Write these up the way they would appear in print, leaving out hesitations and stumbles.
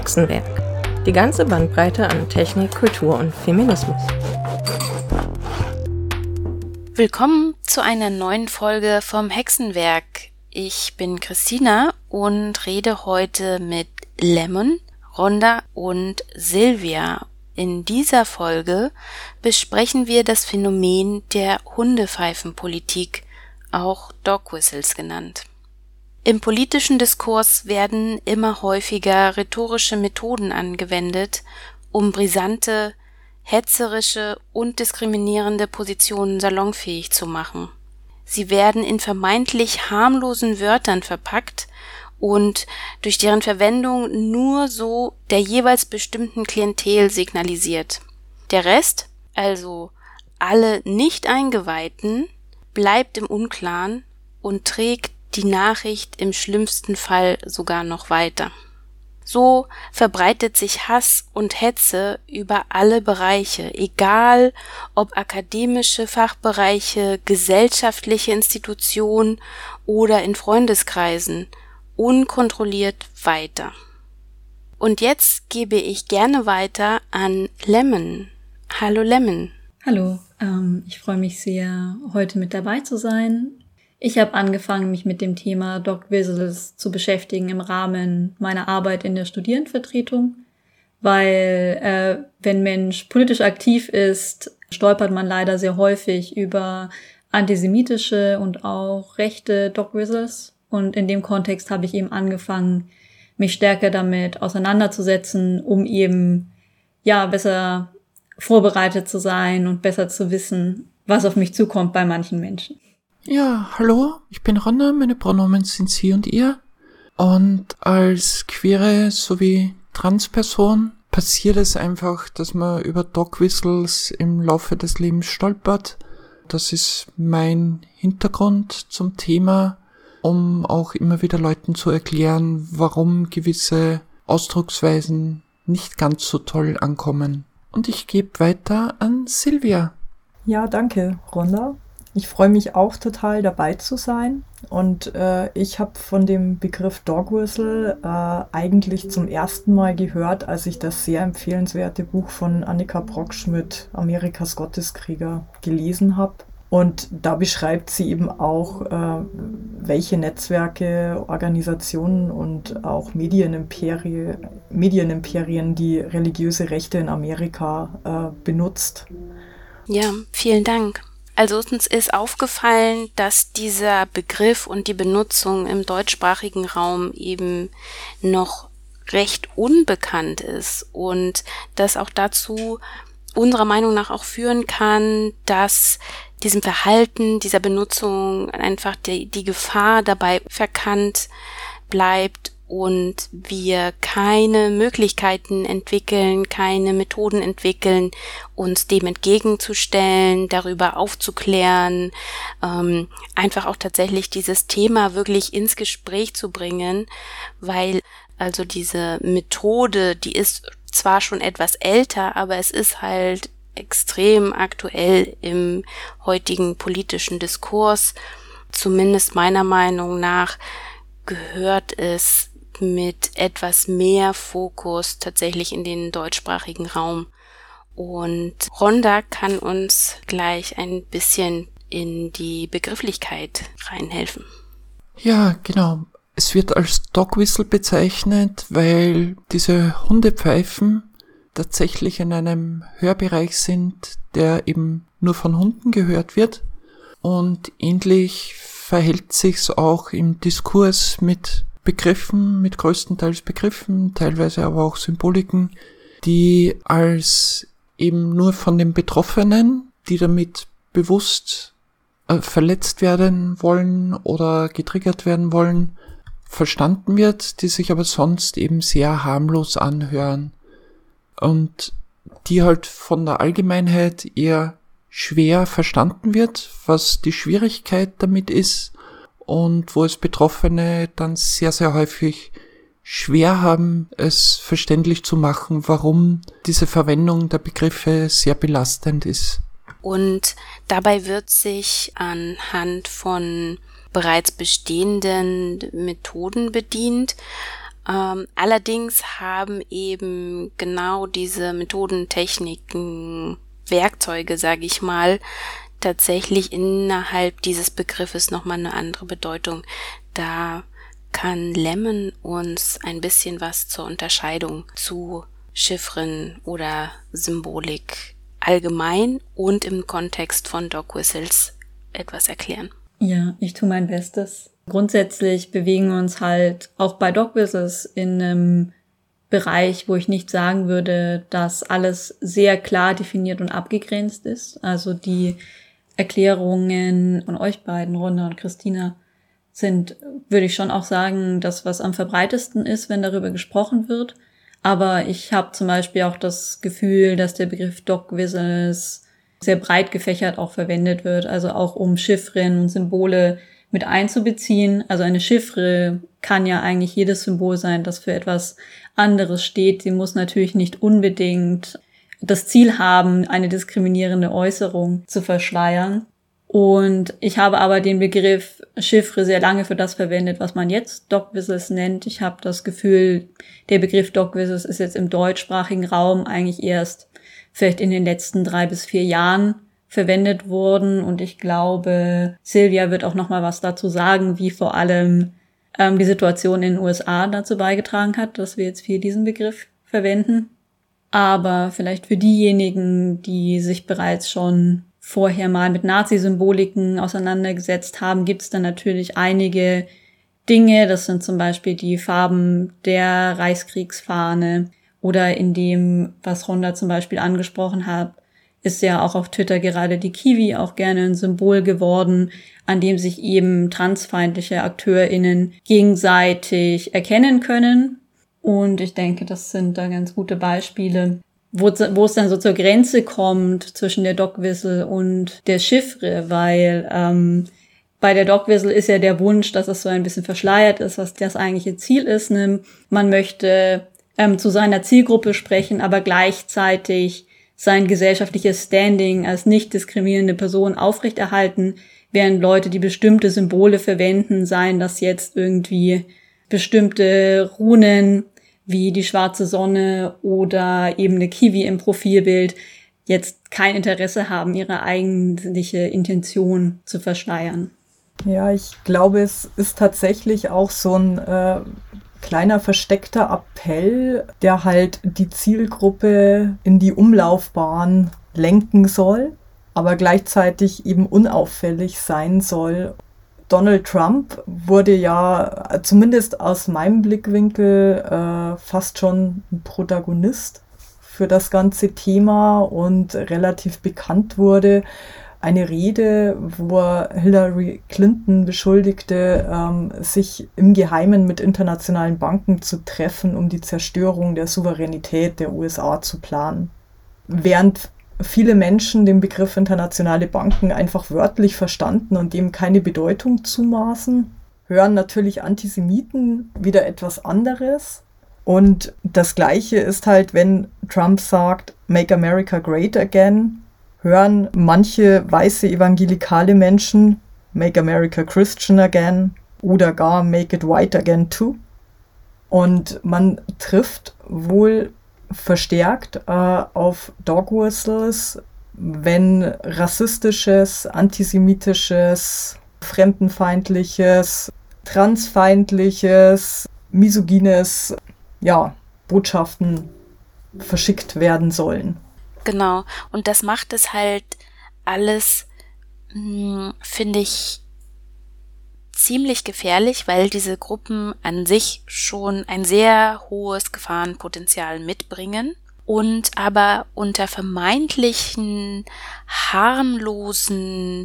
Hexenwerk. Die ganze Bandbreite an Technik, Kultur und Feminismus. Willkommen zu einer neuen Folge vom Hexenwerk. Ich bin Christina und rede heute mit Lemon, Rhonda und Silvia. In dieser Folge besprechen wir das Phänomen der Hundepfeifenpolitik, auch Dog Whistles genannt. Im politischen Diskurs werden immer häufiger rhetorische Methoden angewendet, um brisante, hetzerische und diskriminierende Positionen salonfähig zu machen. Sie werden in vermeintlich harmlosen Wörtern verpackt und durch deren Verwendung nur so der jeweils bestimmten Klientel signalisiert. Der Rest, also alle Nicht-Eingeweihten, bleibt im Unklaren und trägt die Nachricht im schlimmsten Fall sogar noch weiter. So verbreitet sich Hass und Hetze über alle Bereiche, egal ob akademische Fachbereiche, gesellschaftliche Institutionen oder in Freundeskreisen, unkontrolliert weiter. Und jetzt gebe ich gerne weiter an Lemon. Hallo Lemon. Hallo, ich freue mich sehr, heute mit dabei zu sein. Ich habe angefangen, mich mit dem Thema Dog Whistles zu beschäftigen im Rahmen meiner Arbeit in der Studierendenvertretung, weil wenn Mensch politisch aktiv ist, stolpert man leider sehr häufig über antisemitische und auch rechte Dog Whistles. Und in dem Kontext habe ich eben angefangen, mich stärker damit auseinanderzusetzen, um eben besser vorbereitet zu sein und besser zu wissen, was auf mich zukommt bei manchen Menschen. Ja, hallo, ich bin Rhonda, meine Pronomen sind sie und ihr. Und als queere sowie Transperson passiert es einfach, dass man über Dog Whistles im Laufe des Lebens stolpert. Das ist mein Hintergrund zum Thema, um auch immer wieder Leuten zu erklären, warum gewisse Ausdrucksweisen nicht ganz so toll ankommen. Und ich gebe weiter an Silvia. Ja, danke, Rhonda. Ich freue mich auch total, dabei zu sein. Und ich habe von dem Begriff Dog Whistle eigentlich zum ersten Mal gehört, als ich das sehr empfehlenswerte Buch von Annika Brockschmidt, Amerikas Gotteskrieger, gelesen habe. Und da beschreibt sie eben auch, welche Netzwerke, Organisationen und auch Medienimperien die religiöse Rechte in Amerika benutzt. Ja, vielen Dank. Also uns ist aufgefallen, dass dieser Begriff und die Benutzung im deutschsprachigen Raum eben noch recht unbekannt ist und das auch dazu unserer Meinung nach auch führen kann, dass diesem Verhalten, dieser Benutzung einfach die Gefahr dabei verkannt bleibt und wir keine Möglichkeiten entwickeln, keine Methoden entwickeln, uns dem entgegenzustellen, darüber aufzuklären, einfach auch tatsächlich dieses Thema wirklich ins Gespräch zu bringen, weil also diese Methode, die ist zwar schon etwas älter, aber es ist halt extrem aktuell im heutigen politischen Diskurs. Zumindest meiner Meinung nach gehört es mit etwas mehr Fokus tatsächlich in den deutschsprachigen Raum. Und Rhonda kann uns gleich ein bisschen in die Begrifflichkeit reinhelfen. Ja, genau. Es wird als Dog Whistle bezeichnet, weil diese Hundepfeifen tatsächlich in einem Hörbereich sind, der eben nur von Hunden gehört wird. Und ähnlich verhält sich's auch im Diskurs mit Begriffen, mit größtenteils Begriffen, teilweise aber auch Symboliken, die als eben nur von den Betroffenen, die damit bewusst verletzt werden wollen oder getriggert werden wollen, verstanden wird, die sich aber sonst eben sehr harmlos anhören und die halt von der Allgemeinheit eher schwer verstanden wird, was die Schwierigkeit damit ist und wo es Betroffene dann sehr, sehr häufig schwer haben, es verständlich zu machen, warum diese Verwendung der Begriffe sehr belastend ist. Und dabei wird sich anhand von bereits bestehenden Methoden bedient. Allerdings haben eben genau diese Methoden, Techniken, Werkzeuge, sage ich mal, tatsächlich innerhalb dieses Begriffes nochmal eine andere Bedeutung. Da kann Lemon uns ein bisschen was zur Unterscheidung zu Chiffren oder Symbolik allgemein und im Kontext von Dog Whistles etwas erklären. Ja, ich tue mein Bestes. Grundsätzlich bewegen wir uns halt auch bei Dog Whistles in einem Bereich, wo ich nicht sagen würde, dass alles sehr klar definiert und abgegrenzt ist. Also die Erklärungen von euch beiden, Rhonda und Christina, sind, würde ich schon auch sagen, das, was am verbreitesten ist, wenn darüber gesprochen wird. Aber ich habe zum Beispiel auch das Gefühl, dass der Begriff Dog Whistles sehr breit gefächert auch verwendet wird, also auch um Chiffren und Symbole mit einzubeziehen. Also eine Chiffre kann ja eigentlich jedes Symbol sein, das für etwas anderes steht. Sie muss natürlich nicht unbedingt das Ziel haben, eine diskriminierende Äußerung zu verschleiern. Und ich habe aber den Begriff Chiffre sehr lange für das verwendet, was man jetzt Dog Whistles nennt. Ich habe das Gefühl, der Begriff Dog Whistles ist jetzt im deutschsprachigen Raum eigentlich erst vielleicht in den letzten 3 bis 4 Jahren verwendet worden. Und ich glaube, Silvia wird auch noch mal was dazu sagen, wie vor allem die Situation in den USA dazu beigetragen hat, dass wir jetzt viel diesen Begriff verwenden. Aber vielleicht für diejenigen, die sich bereits schon vorher mal mit Nazi-Symboliken auseinandergesetzt haben, gibt es dann natürlich einige Dinge. Das sind zum Beispiel die Farben der Reichskriegsfahne oder in dem, was Rhonda zum Beispiel angesprochen hat, ist ja auch auf Twitter gerade die Kiwi auch gerne ein Symbol geworden, an dem sich eben transfeindliche AkteurInnen gegenseitig erkennen können. Und ich denke, das sind da ganz gute Beispiele, wo es dann so zur Grenze kommt zwischen der Dog Whistle und der Chiffre, weil bei der Dog Whistle ist ja der Wunsch, dass es so ein bisschen verschleiert ist, was das eigentliche Ziel ist. Ne? Man möchte zu seiner Zielgruppe sprechen, aber gleichzeitig sein gesellschaftliches Standing als nicht diskriminierende Person aufrechterhalten, während Leute, die bestimmte Symbole verwenden, seien das jetzt irgendwie bestimmte Runen wie die schwarze Sonne oder eben eine Kiwi im Profilbild, jetzt kein Interesse haben, ihre eigentliche Intention zu verschleiern. Ja, ich glaube, es ist tatsächlich auch so ein kleiner versteckter Appell, der halt die Zielgruppe in die Umlaufbahn lenken soll, aber gleichzeitig eben unauffällig sein soll. Donald Trump wurde ja zumindest aus meinem Blickwinkel fast schon ein Protagonist für das ganze Thema und relativ bekannt wurde. Eine Rede, wo er Hillary Clinton beschuldigte, sich im Geheimen mit internationalen Banken zu treffen, um die Zerstörung der Souveränität der USA zu planen. Während viele Menschen den Begriff internationale Banken einfach wörtlich verstanden und dem keine Bedeutung zumaßen, hören natürlich Antisemiten wieder etwas anderes. Und das Gleiche ist halt, wenn Trump sagt, Make America Great Again, hören manche weiße evangelikale Menschen Make America Christian Again oder gar Make it White Again too. Und man trifft wohl verstärkt auf Dog Whistles, wenn rassistisches, antisemitisches, fremdenfeindliches, transfeindliches, misogynes, Botschaften verschickt werden sollen. Genau, und das macht es halt alles, finde ich, ziemlich gefährlich, weil diese Gruppen an sich schon ein sehr hohes Gefahrenpotenzial mitbringen und aber unter vermeintlichen harmlosen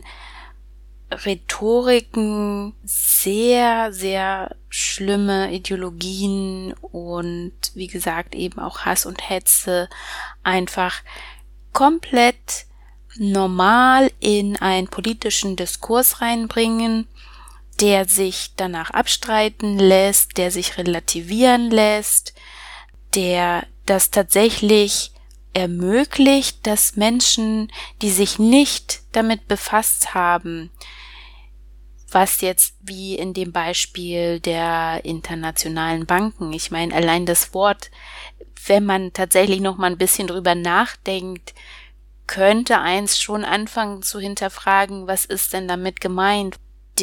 Rhetoriken sehr, sehr schlimme Ideologien und wie gesagt eben auch Hass und Hetze einfach komplett normal in einen politischen Diskurs reinbringen, der sich danach abstreiten lässt, der sich relativieren lässt, der das tatsächlich ermöglicht, dass Menschen, die sich nicht damit befasst haben, was jetzt wie in dem Beispiel der internationalen Banken, ich meine, allein das Wort, wenn man tatsächlich noch mal ein bisschen drüber nachdenkt, könnte eins schon anfangen zu hinterfragen, was ist denn damit gemeint?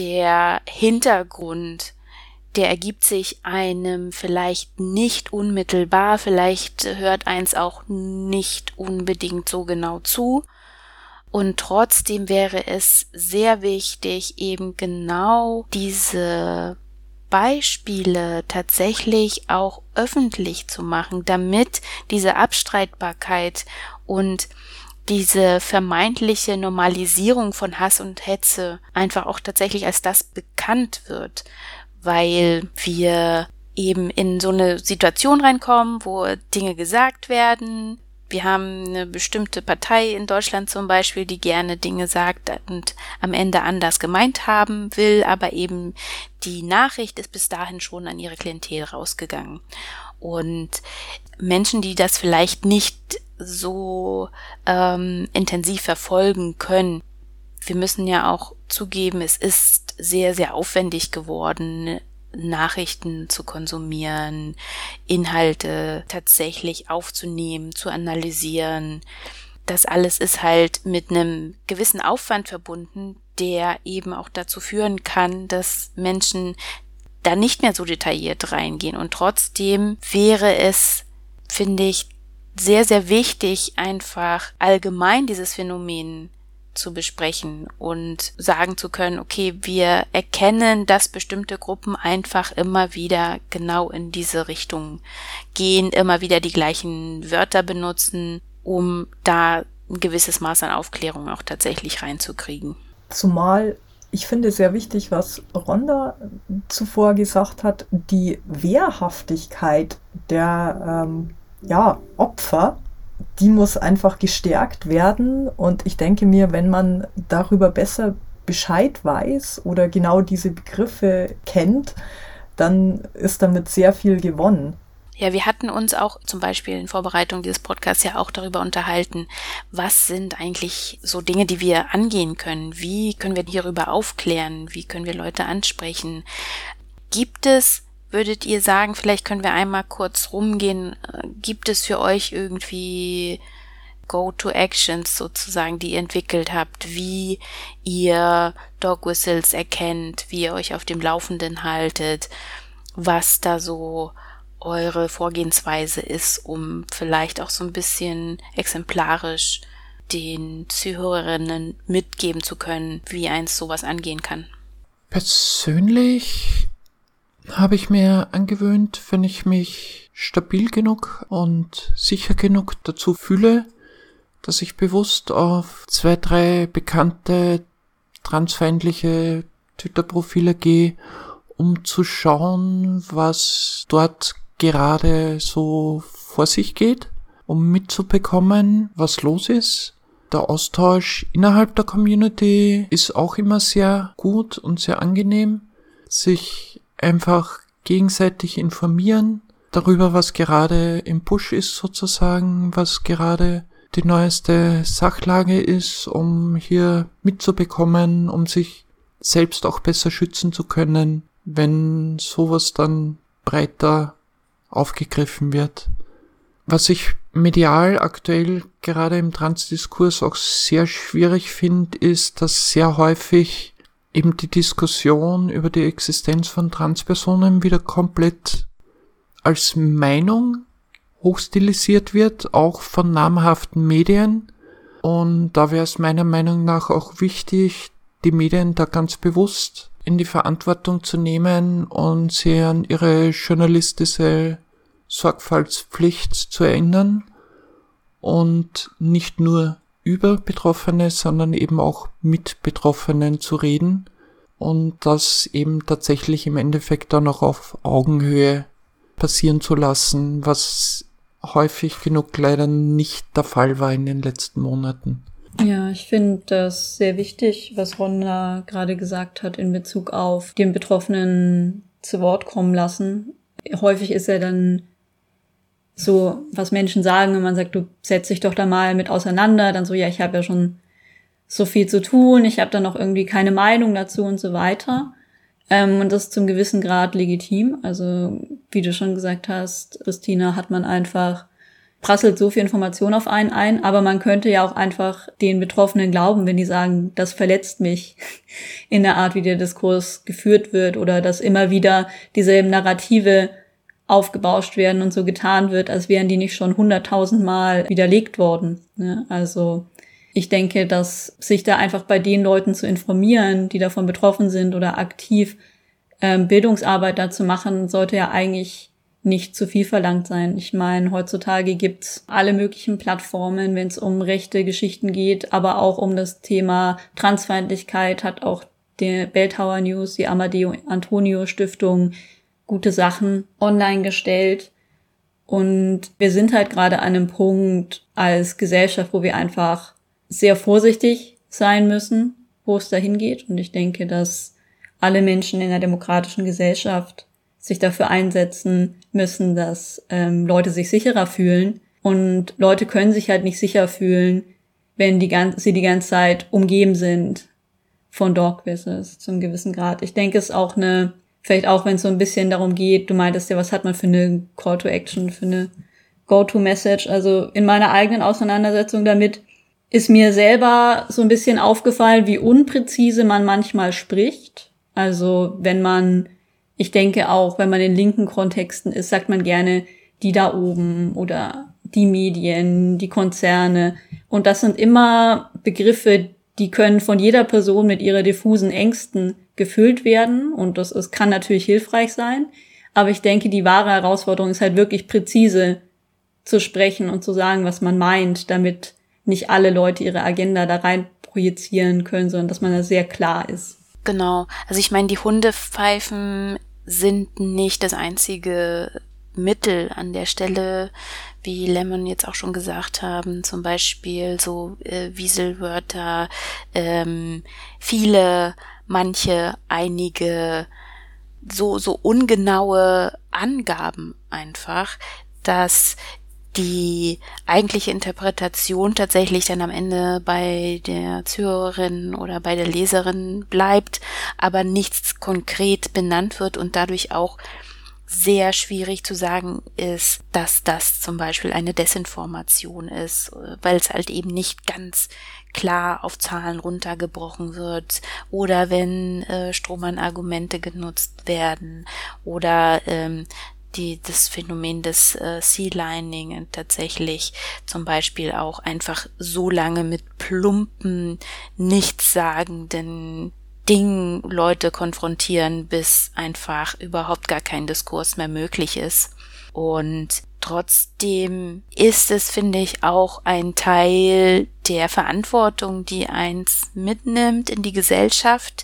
Der Hintergrund, der ergibt sich einem vielleicht nicht unmittelbar, vielleicht hört eins auch nicht unbedingt so genau zu. Und trotzdem wäre es sehr wichtig, eben genau diese Beispiele tatsächlich auch öffentlich zu machen, damit diese Abstreitbarkeit und diese vermeintliche Normalisierung von Hass und Hetze einfach auch tatsächlich als das bekannt wird, weil wir eben in so eine Situation reinkommen, wo Dinge gesagt werden. Wir haben eine bestimmte Partei in Deutschland zum Beispiel, die gerne Dinge sagt und am Ende anders gemeint haben will, aber eben die Nachricht ist bis dahin schon an ihre Klientel rausgegangen. Und Menschen, die das vielleicht nicht so intensiv verfolgen können, wir müssen ja auch zugeben, es ist sehr, sehr aufwendig geworden, Nachrichten zu konsumieren, Inhalte tatsächlich aufzunehmen, zu analysieren. Das alles ist halt mit einem gewissen Aufwand verbunden, der eben auch dazu führen kann, dass Menschen da nicht mehr so detailliert reingehen. Und trotzdem wäre es, finde ich, sehr, sehr wichtig, einfach allgemein dieses Phänomen zu besprechen und sagen zu können, okay, wir erkennen, dass bestimmte Gruppen einfach immer wieder genau in diese Richtung gehen, immer wieder die gleichen Wörter benutzen, um da ein gewisses Maß an Aufklärung auch tatsächlich reinzukriegen. Zumal ich finde sehr wichtig, was Rhonda zuvor gesagt hat, die Wehrhaftigkeit der Opfer, die muss einfach gestärkt werden. Und ich denke mir, wenn man darüber besser Bescheid weiß oder genau diese Begriffe kennt, dann ist damit sehr viel gewonnen. Ja, wir hatten uns auch zum Beispiel in Vorbereitung dieses Podcasts ja auch darüber unterhalten, was sind eigentlich so Dinge, die wir angehen können? Wie können wir hierüber aufklären? Wie können wir Leute ansprechen? Gibt es, würdet ihr sagen, vielleicht können wir einmal kurz rumgehen, gibt es für euch irgendwie Go-to-Actions sozusagen, die ihr entwickelt habt, wie ihr Dog Whistles erkennt, wie ihr euch auf dem Laufenden haltet, was da so eure Vorgehensweise ist, um vielleicht auch so ein bisschen exemplarisch den Zuhörerinnen mitgeben zu können, wie eins sowas angehen kann? Persönlich habe ich mir angewöhnt, wenn ich mich stabil genug und sicher genug dazu fühle, dass ich bewusst auf 2, 3 bekannte transfeindliche Twitter-Profile gehe, um zu schauen, was dort gerade so vor sich geht, um mitzubekommen, was los ist. Der Austausch innerhalb der Community ist auch immer sehr gut und sehr angenehm. Sich einfach gegenseitig informieren darüber, was gerade im Push ist sozusagen, was gerade die neueste Sachlage ist, um hier mitzubekommen, um sich selbst auch besser schützen zu können, wenn sowas dann breiter aufgegriffen wird. Was ich medial aktuell gerade im Transdiskurs auch sehr schwierig finde, ist, dass sehr häufig eben die Diskussion über die Existenz von Transpersonen wieder komplett als Meinung hochstilisiert wird, auch von namhaften Medien. Und da wäre es meiner Meinung nach auch wichtig, die Medien da ganz bewusst in die Verantwortung zu nehmen und sie an ihre journalistische Sorgfaltspflicht zu erinnern und nicht nur über Betroffene, sondern eben auch mit Betroffenen zu reden und das eben tatsächlich im Endeffekt dann auch auf Augenhöhe passieren zu lassen, was häufig genug leider nicht der Fall war in den letzten Monaten. Ja, ich finde das sehr wichtig, was Rhonda gerade gesagt hat in Bezug auf den Betroffenen zu Wort kommen lassen. Häufig ist ja dann so, was Menschen sagen, wenn man sagt, du setz dich doch da mal mit auseinander, dann so, ja, ich habe ja schon so viel zu tun, ich habe da noch irgendwie keine Meinung dazu und so weiter. Und das ist zum gewissen Grad legitim. Also wie du schon gesagt hast, Christina, prasselt so viel Information auf einen ein, aber man könnte ja auch einfach den Betroffenen glauben, wenn die sagen, das verletzt mich in der Art, wie der Diskurs geführt wird oder dass immer wieder dieselben Narrative aufgebauscht werden und so getan wird, als wären die nicht schon 100.000 Mal widerlegt worden. Also ich denke, dass sich da einfach bei den Leuten zu informieren, die davon betroffen sind oder aktiv Bildungsarbeit dazu machen, sollte ja eigentlich nicht zu viel verlangt sein. Ich meine, heutzutage gibt's alle möglichen Plattformen, wenn es um rechte Geschichten geht, aber auch um das Thema Transfeindlichkeit hat auch die Belltower News, die Amadeo Antonio Stiftung gute Sachen online gestellt. Und wir sind halt gerade an einem Punkt als Gesellschaft, wo wir einfach sehr vorsichtig sein müssen, wo es dahin geht. Und ich denke, dass alle Menschen in einer demokratischen Gesellschaft sich dafür einsetzen müssen, dass Leute sich sicherer fühlen. Und Leute können sich halt nicht sicher fühlen, wenn sie die ganze Zeit umgeben sind von Dog Whistles zum gewissen Grad. Ich denke, es ist auch vielleicht auch, wenn es so ein bisschen darum geht, du meintest ja, was hat man für eine Call to Action, für eine Go-to-Message. Also in meiner eigenen Auseinandersetzung damit ist mir selber so ein bisschen aufgefallen, wie unpräzise man manchmal spricht. Also ich denke auch, wenn man in linken Kontexten ist, sagt man gerne die da oben oder die Medien, die Konzerne. Und das sind immer Begriffe, die können von jeder Person mit ihrer diffusen Ängsten gefüllt werden. Und kann natürlich hilfreich sein. Aber ich denke, die wahre Herausforderung ist halt wirklich präzise zu sprechen und zu sagen, was man meint, damit nicht alle Leute ihre Agenda da rein projizieren können, sondern dass man da sehr klar ist. Genau. Also ich meine, die Hundepfeifen sind nicht das einzige Mittel an der Stelle, wie Lemon jetzt auch schon gesagt haben, zum Beispiel so Wieselwörter, einige so ungenaue Angaben einfach, dass die eigentliche Interpretation tatsächlich dann am Ende bei der Zuhörerin oder bei der Leserin bleibt, aber nichts konkret benannt wird und dadurch auch sehr schwierig zu sagen ist, dass das zum Beispiel eine Desinformation ist, weil es halt eben nicht ganz klar auf Zahlen runtergebrochen wird oder wenn Strohmann-Argumente genutzt werden oder das Phänomen des Sea-Lining tatsächlich zum Beispiel auch einfach so lange mit plumpen, nichtssagenden Dingen Leute konfrontieren, bis einfach überhaupt gar kein Diskurs mehr möglich ist. Und trotzdem ist es, finde ich, auch ein Teil der Verantwortung, die eins mitnimmt in die Gesellschaft,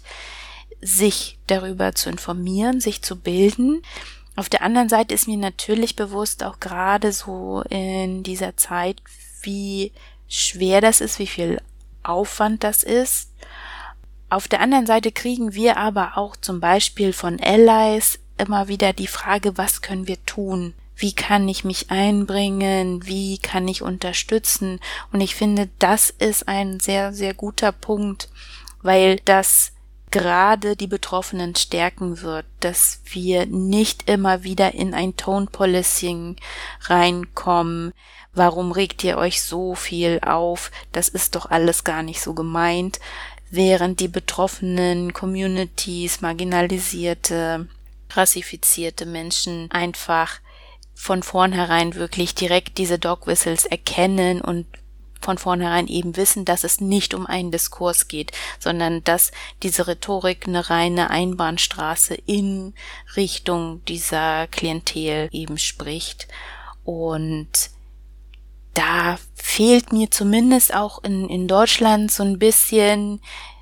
sich darüber zu informieren, sich zu bilden. Auf der anderen Seite ist mir natürlich bewusst, auch gerade so in dieser Zeit, wie schwer das ist, wie viel Aufwand das ist. Auf der anderen Seite kriegen wir aber auch zum Beispiel von Allies immer wieder die Frage, was können wir tun? Wie kann ich mich einbringen? Wie kann ich unterstützen? Und ich finde, das ist ein sehr, sehr guter Punkt, weil das gerade die Betroffenen stärken wird, dass wir nicht immer wieder in ein Tone-Policing reinkommen. Warum regt ihr euch so viel auf? Das ist doch alles gar nicht so gemeint. Während die betroffenen Communities, marginalisierte, rassifizierte Menschen einfach von vornherein wirklich direkt diese Dog Whistles erkennen und von vornherein eben wissen, dass es nicht um einen Diskurs geht, sondern dass diese Rhetorik eine reine Einbahnstraße in Richtung dieser Klientel eben spricht. Und da fehlt mir zumindest auch in Deutschland so ein bisschen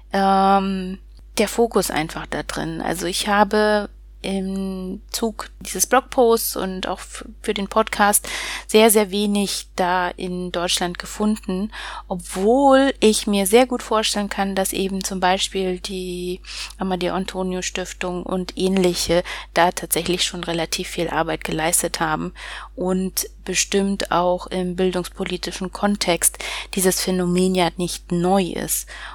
der Fokus einfach da drin. Also ich habe im Zug dieses Blogposts und auch für den Podcast sehr, sehr wenig da in Deutschland gefunden, obwohl ich mir sehr gut vorstellen kann, dass eben zum Beispiel die Amadeo Antonio Stiftung und ähnliche da tatsächlich schon relativ viel Arbeit geleistet haben und bestimmt auch im bildungspolitischen Kontext dieses Phänomen ja nicht neu ist.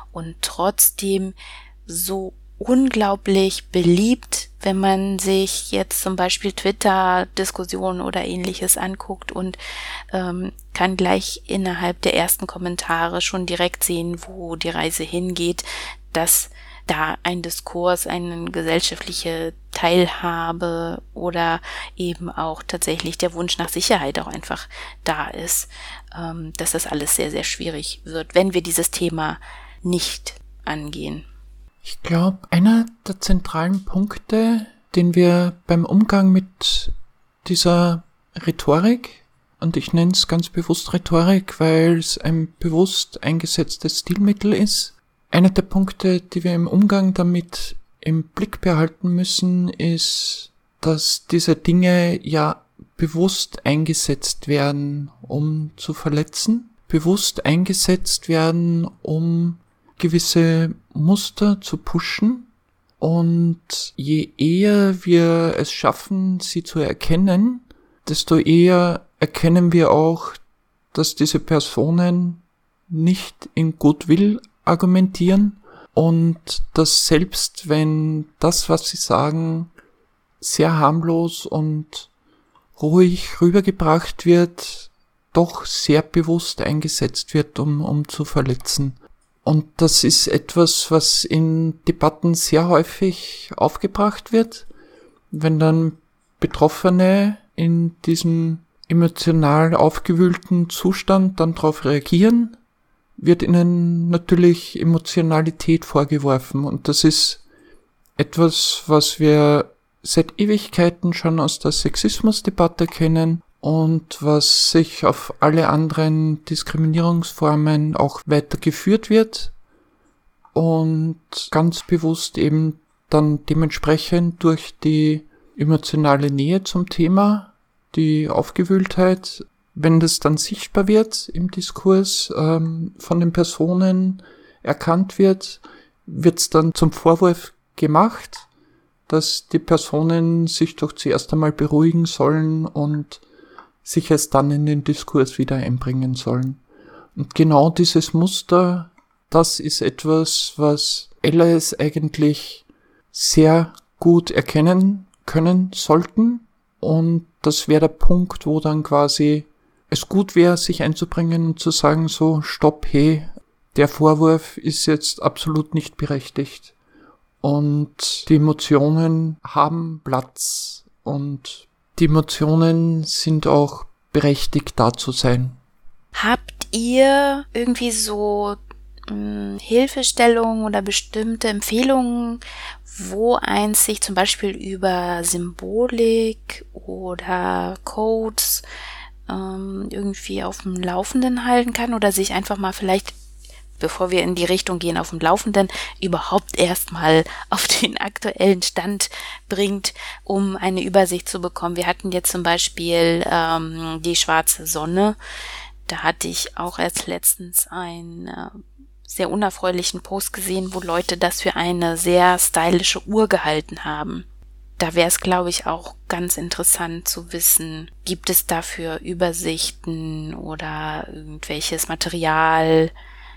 und trotzdem so unglaublich beliebt, wenn man sich jetzt zum Beispiel Twitter-Diskussionen oder ähnliches anguckt und kann gleich innerhalb der ersten Kommentare schon direkt sehen, wo die Reise hingeht, dass da ein Diskurs, eine gesellschaftliche Teilhabe oder eben auch tatsächlich der Wunsch nach Sicherheit auch einfach da ist, dass das alles sehr, sehr schwierig wird, wenn wir dieses Thema nicht angehen. Ich glaube, einer der zentralen Punkte, den wir beim Umgang mit dieser Rhetorik, und ich nenne es ganz bewusst Rhetorik, weil es ein bewusst eingesetztes Stilmittel ist, einer der Punkte, die wir im Umgang damit im Blick behalten müssen, ist, dass diese Dinge ja bewusst eingesetzt werden, um zu verletzen, bewusst eingesetzt werden, um gewisse Muster zu pushen, und je eher wir es schaffen, sie zu erkennen, desto eher erkennen wir auch, dass diese Personen nicht in Goodwill argumentieren und dass selbst wenn das, was sie sagen, sehr harmlos und ruhig rübergebracht wird, doch sehr bewusst eingesetzt wird, um zu verletzen. Und das ist etwas, was in Debatten sehr häufig aufgebracht wird, wenn dann Betroffene in diesem emotional aufgewühlten Zustand dann darauf reagieren, wird ihnen natürlich Emotionalität vorgeworfen. Und das ist etwas, was wir seit Ewigkeiten schon aus der Sexismusdebatte kennen und was sich auf alle anderen Diskriminierungsformen auch weitergeführt wird und ganz bewusst eben dann dementsprechend durch die emotionale Nähe zum Thema, die Aufgewühltheit, wenn das dann sichtbar wird im Diskurs, von den Personen erkannt wird, wird es dann zum Vorwurf gemacht, dass die Personen sich doch zuerst einmal beruhigen sollen und sich erst dann in den Diskurs wieder einbringen sollen. Und genau dieses Muster, das ist etwas, was Allies eigentlich sehr gut erkennen können sollten. Und das wäre der Punkt, wo dann quasi es gut wäre, sich einzubringen und zu sagen so, stopp, hey, der Vorwurf ist jetzt absolut nicht berechtigt. Und die Emotionen haben Platz und die Emotionen sind auch berechtigt, da zu sein. Habt ihr irgendwie so Hilfestellungen oder bestimmte Empfehlungen, wo eins sich zum Beispiel über Symbolik oder Codes irgendwie auf dem Laufenden halten kann oder sich einfach mal vielleicht, bevor wir in die Richtung gehen, auf dem Laufenden überhaupt erstmal auf den aktuellen Stand bringt, um eine Übersicht zu bekommen. Wir hatten jetzt zum Beispiel die schwarze Sonne. Da hatte ich auch erst letztens einen sehr unerfreulichen Post gesehen, wo Leute das für eine sehr stylische Uhr gehalten haben. Da wäre es, glaube ich, auch ganz interessant zu wissen, gibt es dafür Übersichten oder irgendwelches Material,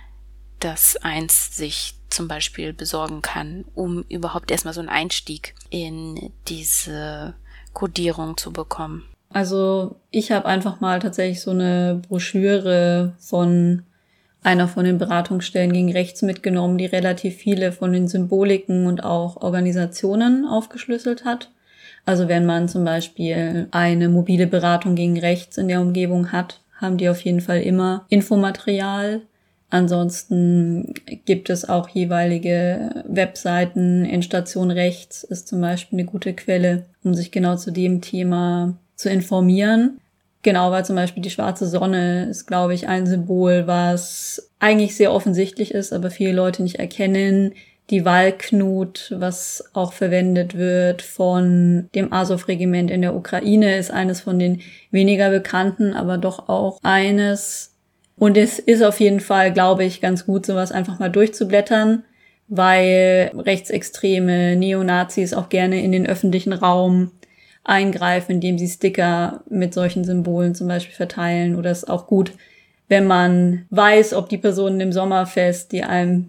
das eins sich zum Beispiel besorgen kann, um überhaupt erstmal so einen Einstieg in diese Codierung zu bekommen. Also ich habe einfach mal tatsächlich so eine Broschüre von einer von den Beratungsstellen gegen Rechts mitgenommen, die relativ viele von den Symboliken und auch Organisationen aufgeschlüsselt hat. Also wenn man zum Beispiel eine mobile Beratung gegen Rechts in der Umgebung hat, haben die auf jeden Fall immer Infomaterial. Ansonsten gibt es auch jeweilige Webseiten. Endstation Rechts ist zum Beispiel eine gute Quelle, um sich genau zu dem Thema zu informieren. Genau, weil zum Beispiel die schwarze Sonne ist, glaube ich, ein Symbol, was eigentlich sehr offensichtlich ist, aber viele Leute nicht erkennen. Die Walknut, was auch verwendet wird von dem Azov-Regiment in der Ukraine, ist eines von den weniger bekannten, aber doch auch eines. Und es ist auf jeden Fall, glaube ich, ganz gut, sowas einfach mal durchzublättern, weil rechtsextreme Neonazis auch gerne in den öffentlichen Raum eingreifen, indem sie Sticker mit solchen Symbolen zum Beispiel verteilen. Oder es ist auch gut, wenn man weiß, ob die Personen im Sommerfest, die einem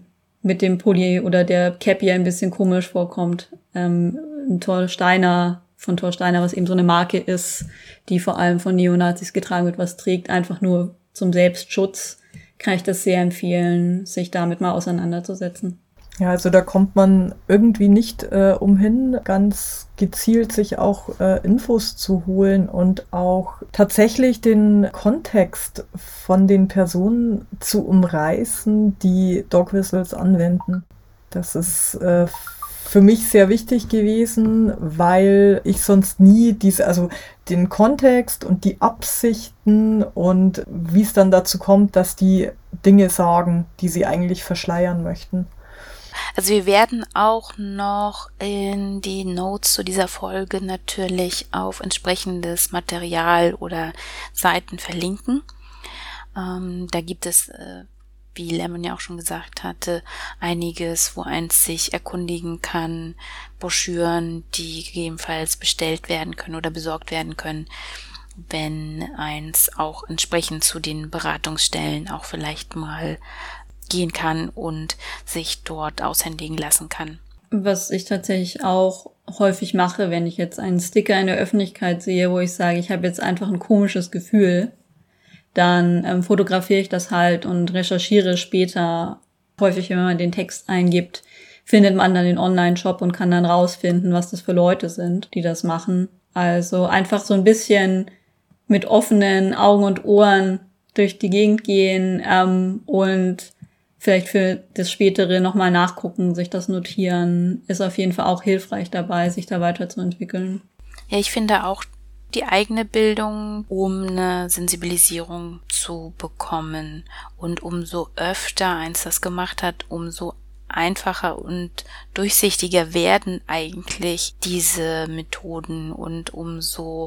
mit dem Pulli oder der Cappy ein bisschen komisch vorkommt. Von Thor Steiner, was eben so eine Marke ist, die vor allem von Neonazis getragen wird, was trägt, einfach nur zum Selbstschutz, kann ich das sehr empfehlen, sich damit mal auseinanderzusetzen. Ja, also da kommt man irgendwie nicht umhin, ganz gezielt sich auch Infos zu holen und auch tatsächlich den Kontext von den Personen zu umreißen, die Dog Whistles anwenden. Das ist für mich sehr wichtig gewesen, weil ich sonst nie den Kontext und die Absichten und wie es dann dazu kommt, dass die Dinge sagen, die sie eigentlich verschleiern möchten. Also wir werden auch noch in die Notes zu dieser Folge natürlich auf entsprechendes Material oder Seiten verlinken. Da gibt es, wie Lemon ja auch schon gesagt hatte, einiges, wo eins sich erkundigen kann, Broschüren, die gegebenenfalls bestellt werden können oder besorgt werden können, wenn eins auch entsprechend zu den Beratungsstellen auch vielleicht mal gehen kann und sich dort aushändigen lassen kann. Was ich tatsächlich auch häufig mache, wenn ich jetzt einen Sticker in der Öffentlichkeit sehe, wo ich sage, ich habe jetzt einfach ein komisches Gefühl, dann fotografiere ich das halt und recherchiere später. Häufig, wenn man den Text eingibt, findet man dann den Online-Shop und kann dann rausfinden, was das für Leute sind, die das machen. Also einfach so ein bisschen mit offenen Augen und Ohren durch die Gegend gehen und vielleicht für das Spätere nochmal nachgucken, sich das notieren, ist auf jeden Fall auch hilfreich dabei, sich da weiterzuentwickeln. Ja, ich finde auch die eigene Bildung, um eine Sensibilisierung zu bekommen. Und umso öfter eins das gemacht hat, umso einfacher und durchsichtiger werden eigentlich diese Methoden und umso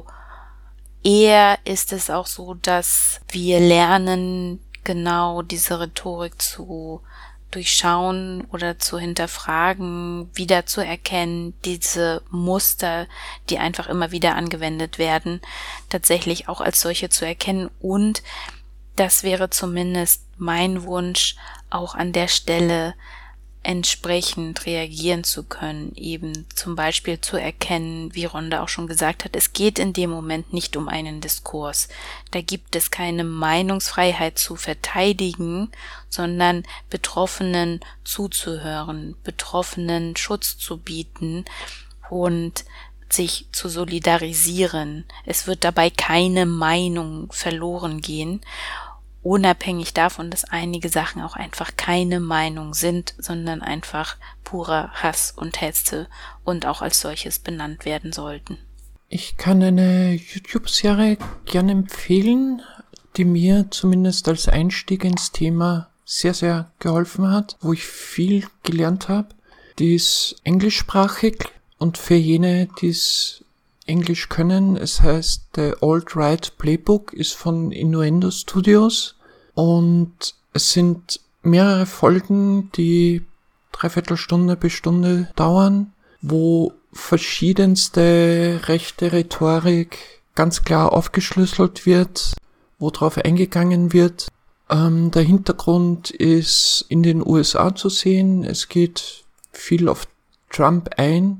eher ist es auch so, dass wir lernen, genau diese Rhetorik zu durchschauen oder zu hinterfragen, wieder zu erkennen, diese Muster, die einfach immer wieder angewendet werden, tatsächlich auch als solche zu erkennen. Und das wäre zumindest mein Wunsch, auch an der Stelle entsprechend reagieren zu können, eben zum Beispiel zu erkennen, wie Rhonda auch schon gesagt hat, es geht in dem Moment nicht um einen Diskurs. Da gibt es keine Meinungsfreiheit zu verteidigen, sondern Betroffenen zuzuhören, Betroffenen Schutz zu bieten und sich zu solidarisieren. Es wird dabei keine Meinung verloren gehen, unabhängig davon, dass einige Sachen auch einfach keine Meinung sind, sondern einfach purer Hass und Hetze und auch als solches benannt werden sollten. Ich kann eine YouTube-Serie gerne empfehlen, die mir zumindest als Einstieg ins Thema sehr, sehr geholfen hat, wo ich viel gelernt habe. Die ist englischsprachig und für jene, die es Englisch können, es heißt The Alt-Right Playbook, ist von Innuendo Studios und es sind mehrere Folgen, die 3/4 Stunde bis Stunde dauern, wo verschiedenste rechte Rhetorik ganz klar aufgeschlüsselt wird, wo drauf eingegangen wird. Der Hintergrund ist in den USA zu sehen, es geht viel auf Trump ein,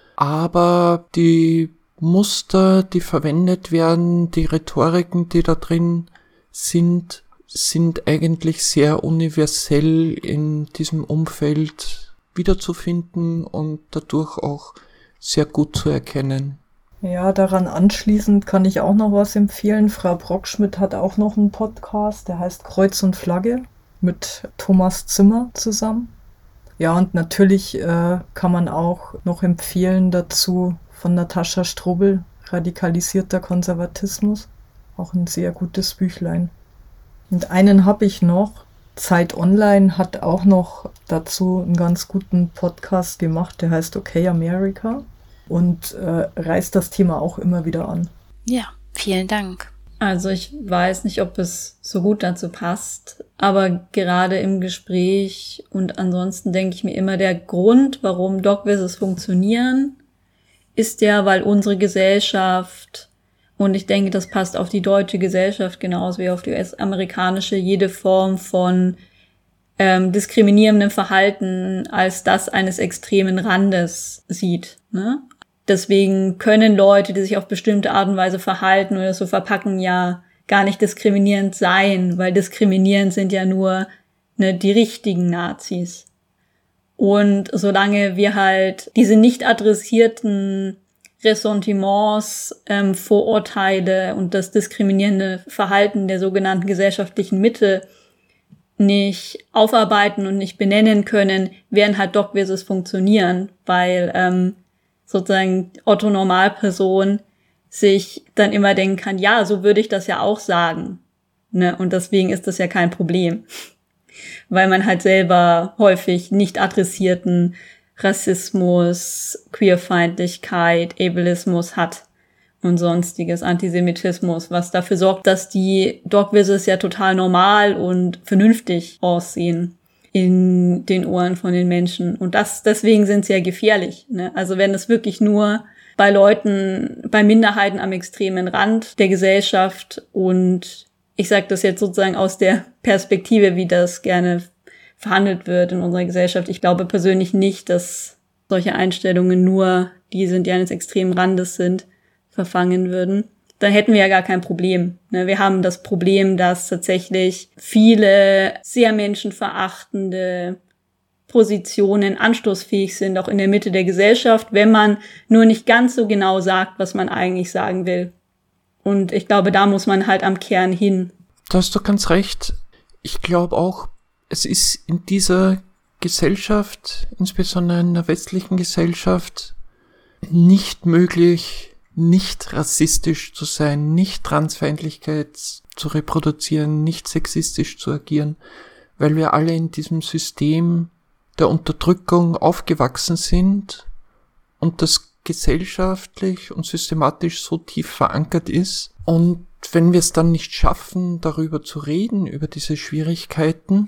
aber die Muster, die verwendet werden, die Rhetoriken, die da drin sind eigentlich sehr universell in diesem Umfeld wiederzufinden und dadurch auch sehr gut zu erkennen. Ja, daran anschließend kann ich auch noch was empfehlen. Frau Brockschmidt hat auch noch einen Podcast, der heißt Kreuz und Flagge mit Thomas Zimmer zusammen. Ja, und natürlich kann man auch noch empfehlen dazu von Natascha Strobel, Radikalisierter Konservatismus. Auch ein sehr gutes Büchlein. Und einen habe ich noch. Zeit Online hat auch noch dazu einen ganz guten Podcast gemacht, der heißt Okay America und reißt das Thema auch immer wieder an. Ja, vielen Dank. Also ich weiß nicht, ob es so gut dazu passt, aber gerade im Gespräch und ansonsten denke ich mir immer, der Grund, warum Dog Whistles funktionieren, ist ja, weil unsere Gesellschaft, und ich denke, das passt auf die deutsche Gesellschaft genauso wie auf die US-amerikanische, jede Form von diskriminierendem Verhalten als das eines extremen Randes sieht, ne? Deswegen können Leute, die sich auf bestimmte Art und Weise verhalten oder so verpacken, ja gar nicht diskriminierend sein, weil diskriminierend sind ja nur, ne, die richtigen Nazis. Und solange wir halt diese nicht adressierten Ressentiments, Vorurteile und das diskriminierende Verhalten der sogenannten gesellschaftlichen Mitte nicht aufarbeiten und nicht benennen können, werden halt Dogwizzles funktionieren, weil sozusagen Otto-Normalperson sich dann immer denken kann, ja, so würde ich das ja auch sagen, ne? Und deswegen ist das ja kein Problem, weil man halt selber häufig nicht adressierten Rassismus, Queerfeindlichkeit, Ableismus hat und sonstiges, Antisemitismus, was dafür sorgt, dass die Dogwizzles ja total normal und vernünftig aussehen in den Ohren von den Menschen. Und deswegen sind sie ja gefährlich, ne? Also wenn es wirklich nur bei Leuten, bei Minderheiten am extremen Rand der Gesellschaft, und ich sage das jetzt sozusagen aus der Perspektive, wie das gerne verhandelt wird in unserer Gesellschaft. Ich glaube persönlich nicht, dass solche Einstellungen nur die sind, die eines extremen Randes sind, verfangen würden. Dann hätten wir ja gar kein Problem, ne? Wir haben das Problem, dass tatsächlich viele sehr menschenverachtende Positionen anstoßfähig sind, auch in der Mitte der Gesellschaft, wenn man nur nicht ganz so genau sagt, was man eigentlich sagen will. Und ich glaube, da muss man halt am Kern hin. Da hast du ganz recht. Ich glaube auch, es ist in dieser Gesellschaft, insbesondere in der westlichen Gesellschaft, nicht möglich, nicht rassistisch zu sein, nicht Transfeindlichkeit zu reproduzieren, nicht sexistisch zu agieren, weil wir alle in diesem System der Unterdrückung aufgewachsen sind und das gesellschaftlich und systematisch so tief verankert ist. Und wenn wir es dann nicht schaffen, darüber zu reden, über diese Schwierigkeiten,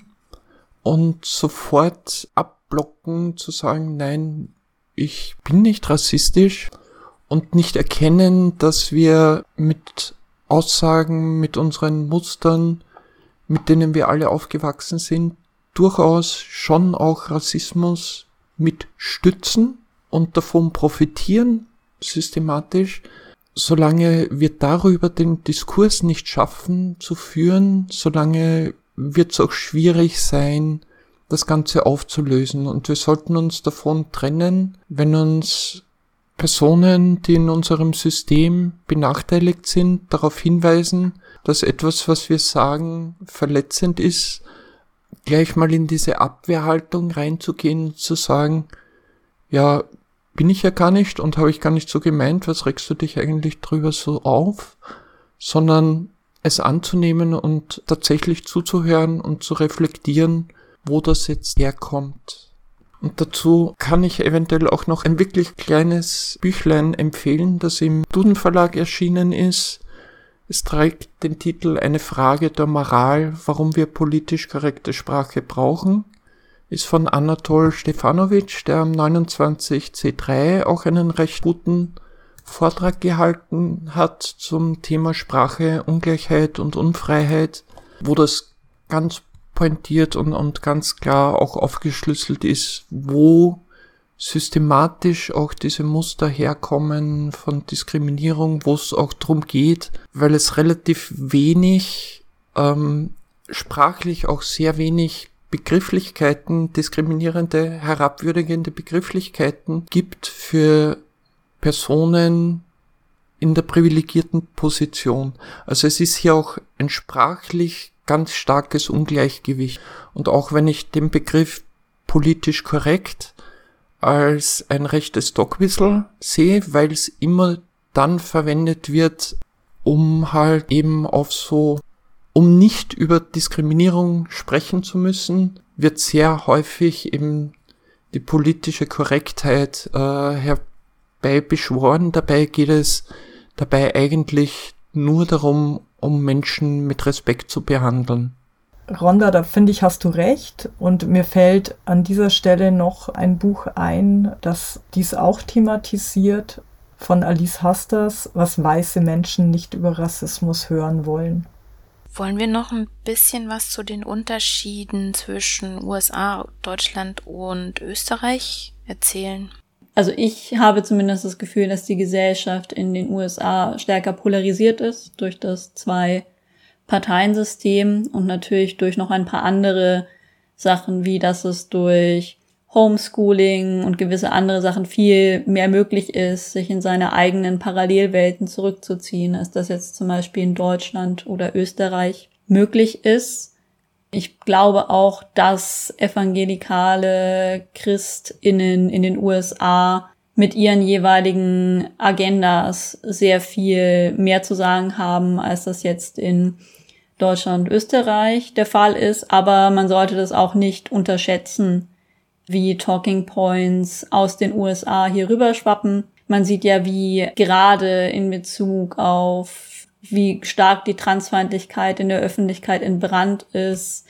und sofort abblocken, zu sagen, nein, ich bin nicht rassistisch, und nicht erkennen, dass wir mit Aussagen, mit unseren Mustern, mit denen wir alle aufgewachsen sind, durchaus schon auch Rassismus mit stützen und davon profitieren, systematisch. Solange wir darüber den Diskurs nicht schaffen zu führen, solange wird es auch schwierig sein, das Ganze aufzulösen. Und wir sollten uns davon trennen, wenn uns Personen, die in unserem System benachteiligt sind, darauf hinweisen, dass etwas, was wir sagen, verletzend ist, gleich mal in diese Abwehrhaltung reinzugehen und zu sagen, ja, bin ich ja gar nicht und habe ich gar nicht so gemeint, was regst du dich eigentlich drüber so auf, sondern es anzunehmen und tatsächlich zuzuhören und zu reflektieren, wo das jetzt herkommt. Und dazu kann ich eventuell auch noch ein wirklich kleines Büchlein empfehlen, das im Duden Verlag erschienen ist. Es trägt den Titel Eine Frage der Moral, warum wir politisch korrekte Sprache brauchen. Ist von Anatol Stefanovic, der am 29C3 auch einen recht guten Vortrag gehalten hat zum Thema Sprache, Ungleichheit und Unfreiheit, wo das ganz pointiert und ganz klar auch aufgeschlüsselt ist, wo systematisch auch diese Muster herkommen von Diskriminierung, wo es auch drum geht, weil es relativ wenig, sprachlich auch sehr wenig Begrifflichkeiten, diskriminierende, herabwürdigende Begrifflichkeiten gibt für Personen in der privilegierten Position. Also es ist hier auch ein sprachlich ganz starkes Ungleichgewicht. Und auch wenn ich den Begriff politisch korrekt als ein rechtes Dogwissel sehe, weil es immer dann verwendet wird, um halt eben um nicht über Diskriminierung sprechen zu müssen, wird sehr häufig eben die politische Korrektheit herbei beschworen. Dabei geht es eigentlich nur darum, um Menschen mit Respekt zu behandeln. Rhonda, da finde ich, hast du recht. Und mir fällt an dieser Stelle noch ein Buch ein, das dies auch thematisiert, von Alice Hasters, was weiße Menschen nicht über Rassismus hören wollen. Wollen wir noch ein bisschen was zu den Unterschieden zwischen USA, Deutschland und Österreich erzählen? Also ich habe zumindest das Gefühl, dass die Gesellschaft in den USA stärker polarisiert ist durch das Zwei-Parteien-System und natürlich durch noch ein paar andere Sachen, wie dass es durch Homeschooling und gewisse andere Sachen viel mehr möglich ist, sich in seine eigenen Parallelwelten zurückzuziehen, als das jetzt zum Beispiel in Deutschland oder Österreich möglich ist. Ich glaube auch, dass evangelikale ChristInnen in den USA mit ihren jeweiligen Agendas sehr viel mehr zu sagen haben, als das jetzt in Deutschland und Österreich der Fall ist. Aber man sollte das auch nicht unterschätzen, wie Talking Points aus den USA hier rüberschwappen. Man sieht ja, wie gerade in Bezug auf wie stark die Transfeindlichkeit in der Öffentlichkeit entbrannt ist,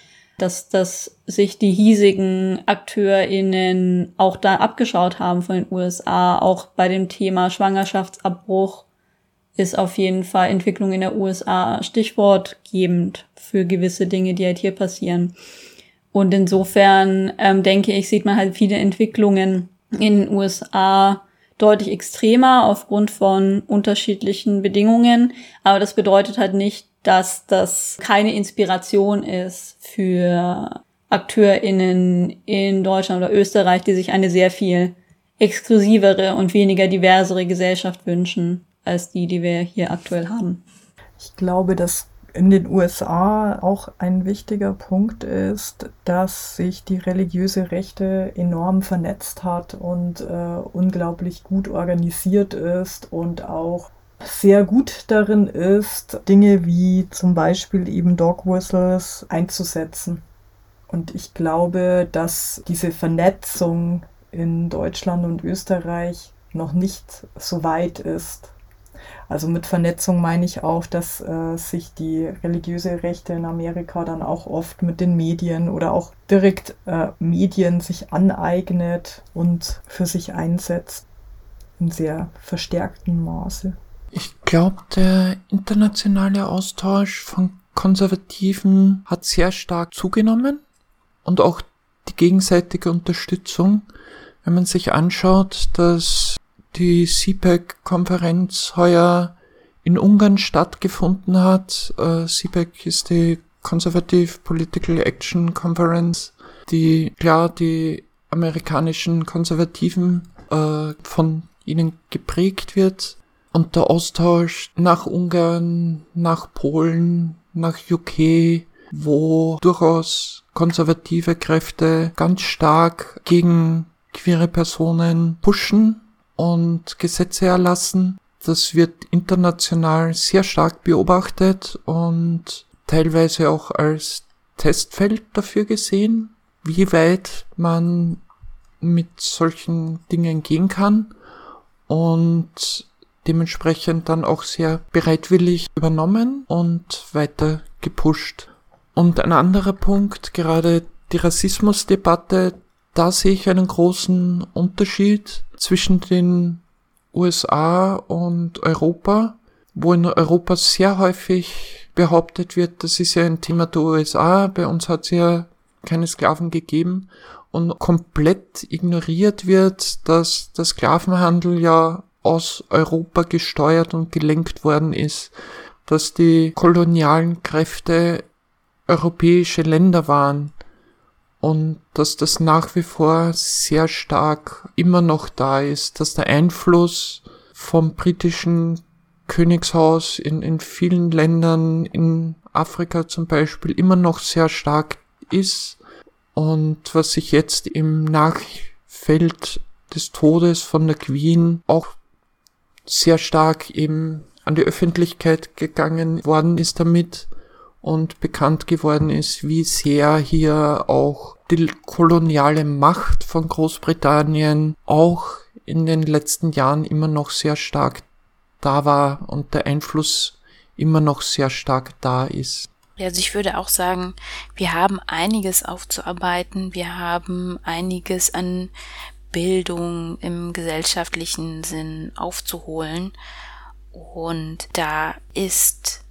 dass sich die hiesigen AkteurInnen auch da abgeschaut haben von den USA. Auch bei dem Thema Schwangerschaftsabbruch ist auf jeden Fall Entwicklung in der USA stichwortgebend für gewisse Dinge, die halt hier passieren. Und insofern, denke ich, sieht man halt viele Entwicklungen in den USA deutlich extremer aufgrund von unterschiedlichen Bedingungen. Aber das bedeutet halt nicht, dass das keine Inspiration ist für AkteurInnen in Deutschland oder Österreich, die sich eine sehr viel exklusivere und weniger diversere Gesellschaft wünschen, als die wir hier aktuell haben. Ich glaube, dass in den USA auch ein wichtiger Punkt ist, dass sich die religiöse Rechte enorm vernetzt hat und unglaublich gut organisiert ist und auch sehr gut darin ist, Dinge wie zum Beispiel eben Dog Whistles einzusetzen. Und ich glaube, dass diese Vernetzung in Deutschland und Österreich noch nicht so weit ist. Also mit Vernetzung meine ich auch, dass sich die religiöse Rechte in Amerika dann auch oft mit den Medien oder auch direkt Medien sich aneignet und für sich einsetzt in sehr verstärktem Maße. Ich glaube, der internationale Austausch von Konservativen hat sehr stark zugenommen und auch die gegenseitige Unterstützung. Wenn man sich anschaut, dass die CPAC-Konferenz heuer in Ungarn stattgefunden hat. CPAC ist die Conservative Political Action Conference, die klar die amerikanischen Konservativen von ihnen geprägt wird. Und der Austausch nach Ungarn, nach Polen, nach UK, wo durchaus konservative Kräfte ganz stark gegen queere Personen pushen und Gesetze erlassen. Das wird international sehr stark beobachtet und teilweise auch als Testfeld dafür gesehen, wie weit man mit solchen Dingen gehen kann und dementsprechend dann auch sehr bereitwillig übernommen und weiter gepusht. Und ein anderer Punkt, gerade die Rassismusdebatte, da sehe ich einen großen Unterschied zwischen den USA und Europa, wo in Europa sehr häufig behauptet wird, das ist ja ein Thema der USA, bei uns hat es ja keine Sklaven gegeben und komplett ignoriert wird, dass der Sklavenhandel ja aus Europa gesteuert und gelenkt worden ist, dass die kolonialen Kräfte europäische Länder waren und dass das nach wie vor sehr stark immer noch da ist, dass der Einfluss vom britischen Königshaus in vielen Ländern, in Afrika zum Beispiel, immer noch sehr stark ist und was sich jetzt im Nachfeld des Todes von der Queen auch sehr stark eben an die Öffentlichkeit gegangen worden ist damit und bekannt geworden ist, wie sehr hier auch die koloniale Macht von Großbritannien auch in den letzten Jahren immer noch sehr stark da war und der Einfluss immer noch sehr stark da ist. Ja, also ich würde auch sagen, wir haben einiges aufzuarbeiten, wir haben einiges an Bildung im gesellschaftlichen Sinn aufzuholen und da ist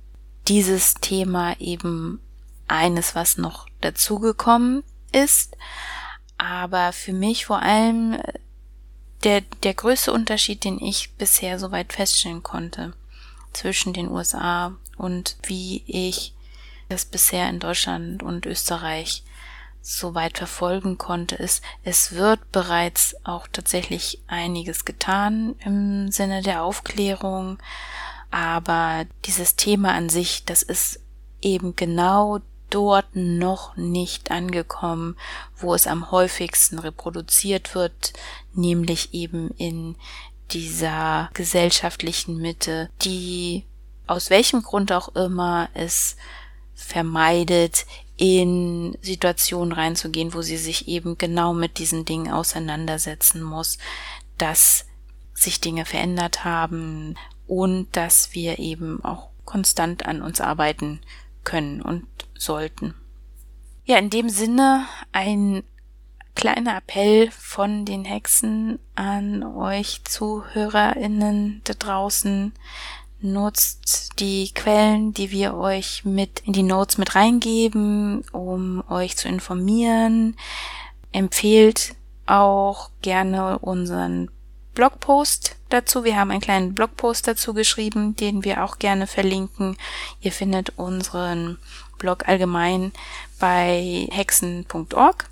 dieses Thema eben eines, was noch dazugekommen ist. Aber für mich vor allem der größte Unterschied, den ich bisher soweit feststellen konnte zwischen den USA und wie ich das bisher in Deutschland und Österreich soweit verfolgen konnte, ist, es wird bereits auch tatsächlich einiges getan im Sinne der Aufklärung, aber dieses Thema an sich, das ist eben genau dort noch nicht angekommen, wo es am häufigsten reproduziert wird, nämlich eben in dieser gesellschaftlichen Mitte, die aus welchem Grund auch immer es vermeidet, in Situationen reinzugehen, wo sie sich eben genau mit diesen Dingen auseinandersetzen muss, dass sich Dinge verändert haben und dass wir eben auch konstant an uns arbeiten können und sollten. Ja, in dem Sinne ein kleiner Appell von den Hexen an euch ZuhörerInnen da draußen. Nutzt die Quellen, die wir euch mit in die Notes mit reingeben, um euch zu informieren. Empfehlt auch gerne unseren Blogpost dazu. Wir haben einen kleinen Blogpost dazu geschrieben, den wir auch gerne verlinken. Ihr findet unseren Blog allgemein bei hexen.org.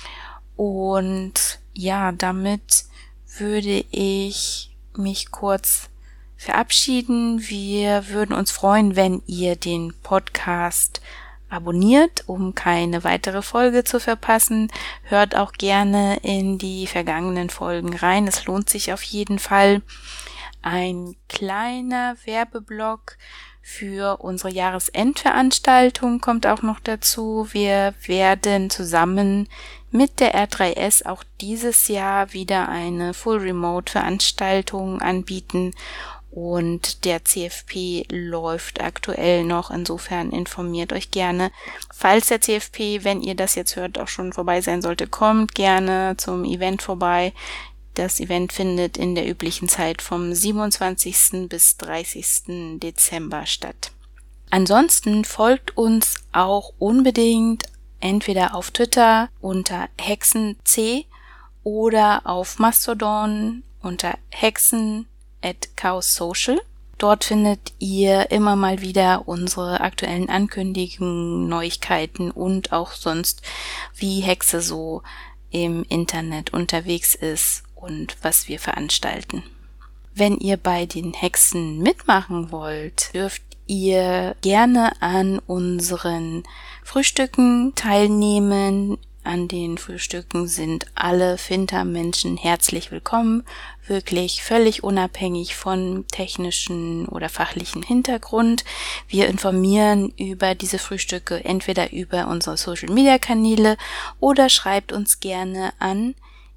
Und ja, damit würde ich mich kurz verabschieden. Wir würden uns freuen, wenn ihr den Podcast abonniert, um keine weitere Folge zu verpassen. Hört auch gerne in die vergangenen Folgen rein. Es lohnt sich auf jeden Fall. Ein kleiner Werbeblock für unsere Jahresendveranstaltung kommt auch noch dazu. Wir werden zusammen mit der R3S auch dieses Jahr wieder eine Full-Remote-Veranstaltung anbieten. Und der CFP läuft aktuell noch, insofern informiert euch gerne. Falls der CFP, wenn ihr das jetzt hört, auch schon vorbei sein sollte, kommt gerne zum Event vorbei. Das Event findet in der üblichen Zeit vom 27. bis 30. Dezember statt. Ansonsten folgt uns auch unbedingt entweder auf Twitter unter hexenc oder auf Mastodon unter hexen@chaossocial. Dort findet ihr immer mal wieder unsere aktuellen Ankündigungen, Neuigkeiten und auch sonst, wie Hexe so im Internet unterwegs ist und was wir veranstalten. Wenn ihr bei den Hexen mitmachen wollt, dürft ihr gerne an unseren Frühstücken teilnehmen. An den Frühstücken sind alle Fintermenschen herzlich willkommen, wirklich völlig unabhängig von technischen oder fachlichen Hintergrund. Wir informieren über diese Frühstücke entweder über unsere Social-Media-Kanäle oder schreibt uns gerne an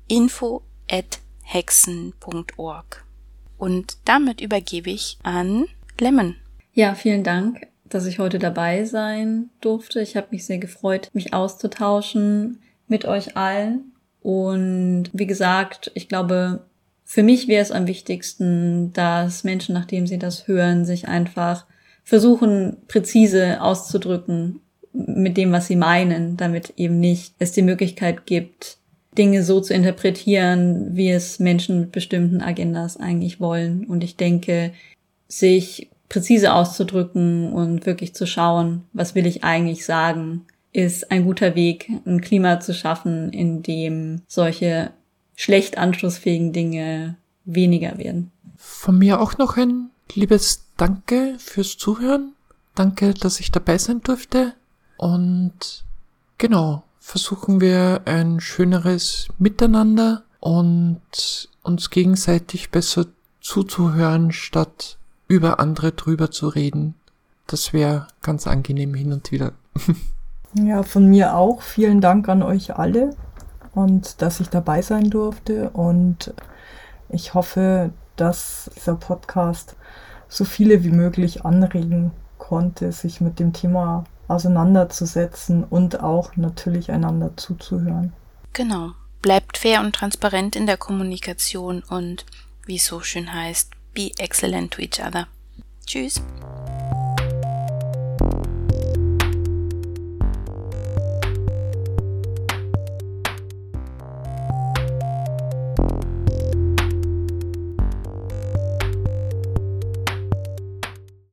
info@hexen.org. Und damit übergebe ich an Lemon. Ja, vielen Dank, dass ich heute dabei sein durfte. Ich habe mich sehr gefreut, mich auszutauschen mit euch allen. Und wie gesagt, ich glaube, für mich wäre es am wichtigsten, dass Menschen, nachdem sie das hören, sich einfach versuchen, präzise auszudrücken mit dem, was sie meinen, damit eben nicht es die Möglichkeit gibt, Dinge so zu interpretieren, wie es Menschen mit bestimmten Agendas eigentlich wollen. Und ich denke, sich präzise auszudrücken und wirklich zu schauen, was will ich eigentlich sagen, ist ein guter Weg, ein Klima zu schaffen, in dem solche schlecht anschlussfähigen Dinge weniger werden. Von mir auch noch ein liebes Danke fürs Zuhören. Danke, dass ich dabei sein durfte. Und genau, versuchen wir ein schöneres Miteinander und uns gegenseitig besser zuzuhören, statt über andere drüber zu reden. Das wäre ganz angenehm hin und wieder. Ja, von mir auch. Vielen Dank an euch alle und dass ich dabei sein durfte. Und ich hoffe, dass dieser Podcast so viele wie möglich anregen konnte, sich mit dem Thema auseinanderzusetzen und auch natürlich einander zuzuhören. Genau. Bleibt fair und transparent in der Kommunikation und, wie es so schön heißt, be excellent to each other. Tschüss.